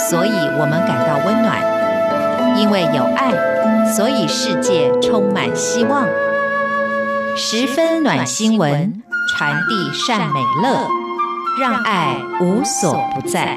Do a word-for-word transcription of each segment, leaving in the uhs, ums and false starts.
所以我们感到温暖；因为有爱，所以世界充满希望。十分暖新闻，传递善美乐，让爱无所不在。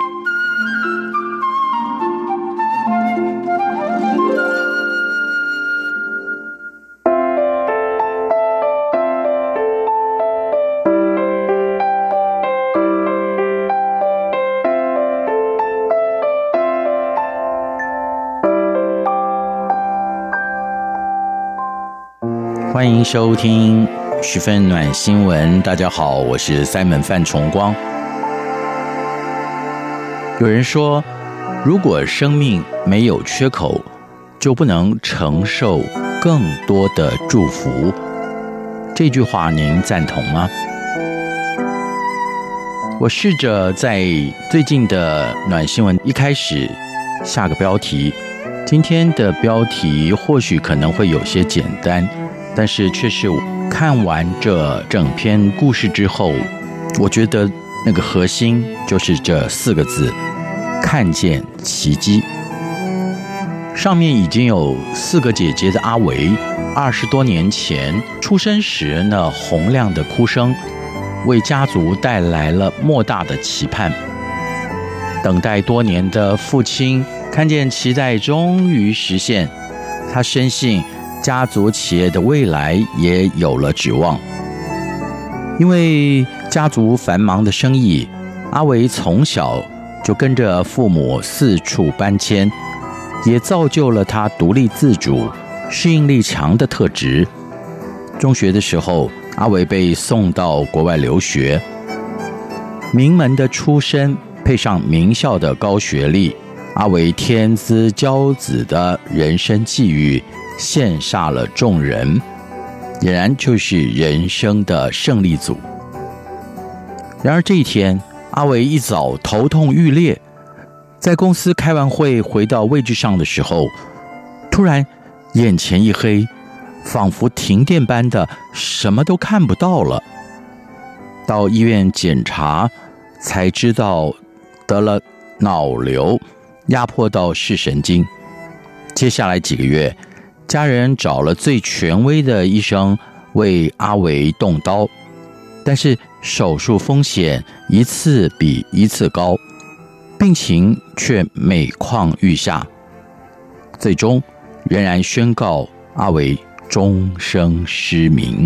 欢迎收听十分暖新闻。大家好，我是 Simon 范崇光。有人说，如果生命没有缺口，就不能承受更多的祝福。这句话您赞同吗？我试着在最近的暖新闻一开始下个标题，今天的标题或许可能会有些简单，但是却是看完这整篇故事之后，我觉得那个核心就是这四个字：看见奇迹。上面已经有四个姐姐的阿维，二十多年前出生时那洪亮的哭声，为家族带来了莫大的期盼。等待多年的父亲看见期待终于实现，他深信家族企业的未来也有了指望。因为家族繁忙的生意，阿维从小就跟着父母四处搬迁，也造就了他独立自主、适应力强的特质。中学的时候，阿维被送到国外留学，名门的出身配上名校的高学历，阿维天资骄子的人生际遇羡煞了众人，俨然就是人生的胜利组。然而这一天，阿维一早头痛欲裂，在公司开完会回到位置上的时候，突然眼前一黑，仿佛停电般的什么都看不到了。到医院检查才知道得了脑瘤，压迫到视神经。接下来几个月，家人找了最权威的医生为阿维动刀，但是手术风险一次比一次高，病情却每况愈下，最终仍然宣告阿维终生失明。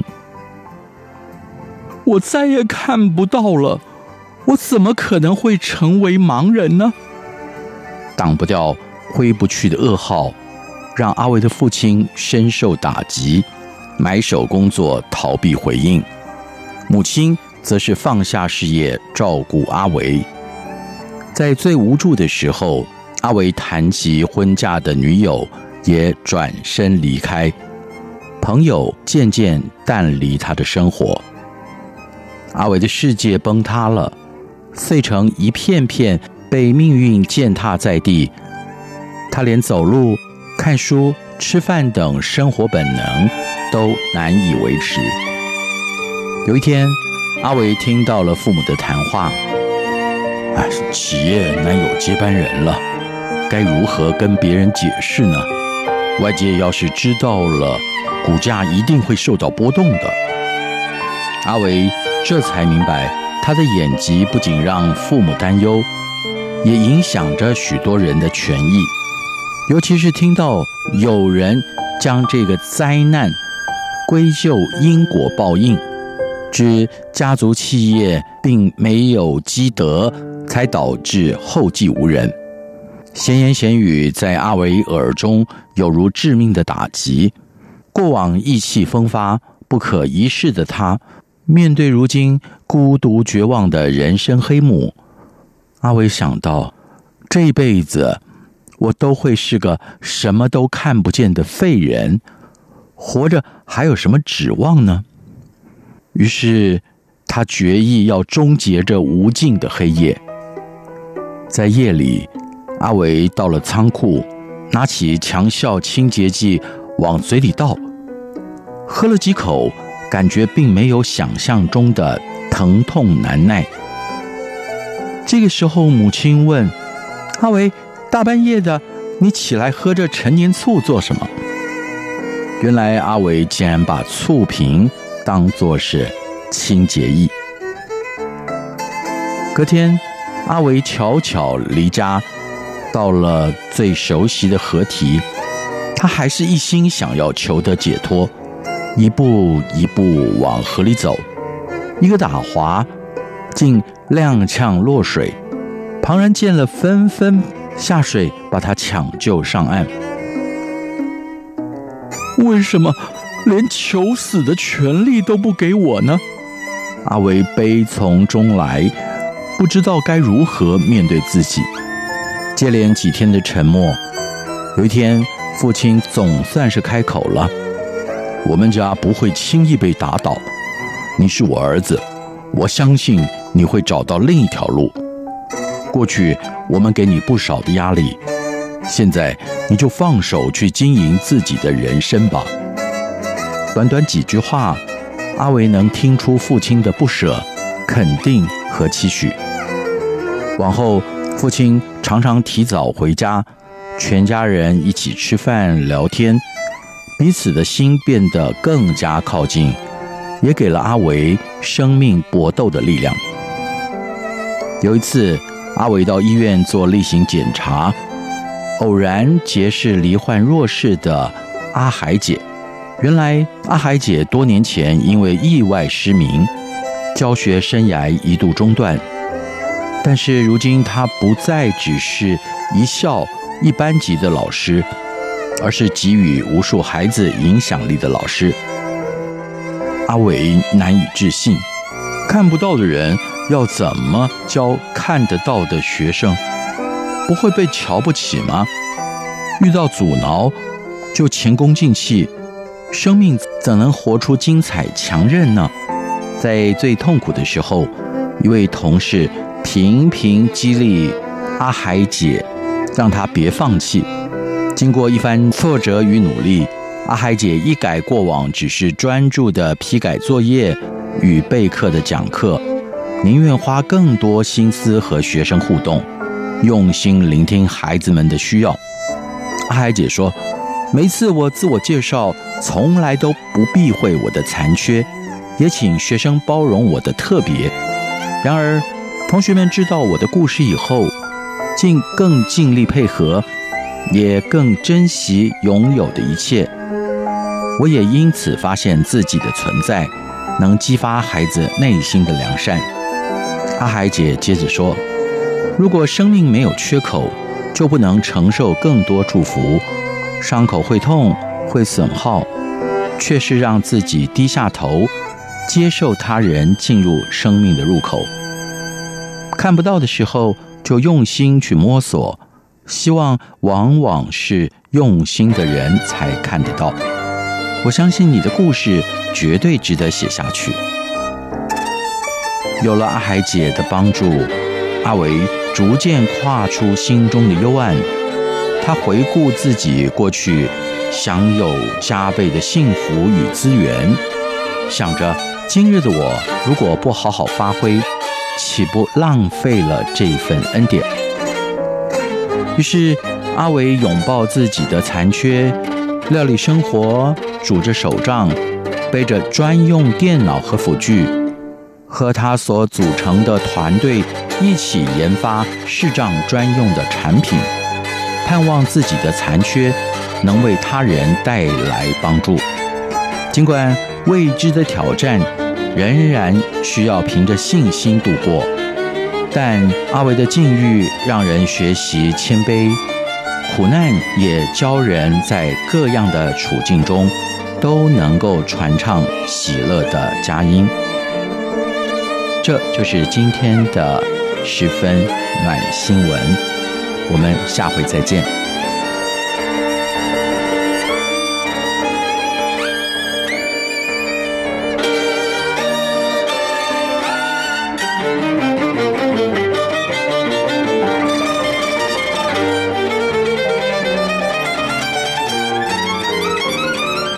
我再也看不到了，我怎么可能会成为盲人呢？挡不掉挥不去的噩耗，让阿维的父亲深受打击，埋首工作逃避回应。母亲则是放下事业照顾阿维。在最无助的时候，阿维谈及婚嫁的女友也转身离开，朋友渐渐淡离他的生活。阿维的世界崩塌了，碎成一片片，被命运践踏在地。他连走路、看书、吃饭等生活本能都难以维持。有一天，阿维听到了父母的谈话：哎，企业难有接班人了，该如何跟别人解释呢？外界要是知道了，股价一定会受到波动的。阿维这才明白，他的眼疾不仅让父母担忧，也影响着许多人的权益。尤其是听到有人将这个灾难归咎因果报应，指家族企业并没有积德，才导致后继无人。闲言闲语在阿维耳中有如致命的打击。过往意气风发、不可一世的他，面对如今孤独绝望的人生黑幕，阿维想到，这一辈子我都会是个什么都看不见的废人，活着还有什么指望呢？于是他决意要终结这无尽的黑夜。在夜里，阿维到了仓库，拿起强效清洁剂往嘴里倒，喝了几口，感觉并没有想象中的疼痛难耐。这个时候母亲问：阿维， 大半夜的，你起来喝这陈年醋做什么？原来阿维竟然把醋瓶当作是清洁液。隔天，阿维悄悄离家，到了最熟悉的河堤，他还是一心想要求得解脱，一步一步往河里走，一个打滑，竟踉跄落水。旁人见了，纷纷下水把他抢救上岸。为什么连求死的权利都不给我呢？阿维悲从中来，不知道该如何面对自己。接连几天的沉默，有一天父亲总算是开口了：我们家不会轻易被打倒，你是我儿子，我相信你会找到另一条路。过去我们给你不少的压力，现在你就放手去经营自己的人生吧。短短几句话，阿维能听出父亲的不舍、肯定和期许。往后父亲常常提早回家，全家人一起吃饭聊天，彼此的心变得更加靠近，也给了阿维生命搏斗的力量。有一次，阿维到医院做例行检查，偶然结识罹患弱视的阿海姐。原来阿海姐多年前因为意外失明，教学生涯一度中断，但是如今她不再只是一校一班级的老师，而是给予无数孩子影响力的老师。阿伟难以置信，看不到的人要怎么教看得到的学生？不会被瞧不起吗？遇到阻挠就前功尽弃，生命怎能活出精彩强韧呢？在最痛苦的时候，一位同事频频激励阿海姐，让她别放弃。经过一番挫折与努力，阿海姐一改过往只是专注的批改作业与备课的讲课，宁愿花更多心思和学生互动，用心聆听孩子们的需要。阿海姐说，每次我自我介绍从来都不避讳我的残缺，也请学生包容我的特别。然而同学们知道我的故事以后，竟更尽力配合，也更珍惜拥有的一切。我也因此发现自己的存在能激发孩子内心的良善。阿海姐接着说，如果生命没有缺口，就不能承受更多祝福。伤口会痛，会损耗，却是让自己低下头，接受他人进入生命的入口。看不到的时候，就用心去摸索，希望往往是用心的人才看得到。我相信你的故事绝对值得写下去。有了阿海姐的帮助，阿维逐渐跨出心中的幽暗。他回顾自己过去享有加倍的幸福与资源，想着今日的我如果不好好发挥，岂不浪费了这份恩典？于是阿维拥抱自己的残缺，料理生活，拄着手杖，背着专用电脑和辅具，和他所组成的团队一起研发视障专用的产品，盼望自己的残缺能为他人带来帮助。尽管未知的挑战仍然需要凭着信心度过，但阿维的境遇让人学习谦卑，苦难也教人在各样的处境中都能够传唱喜乐的佳音。这就是今天的十分暖新闻，我们下回再见。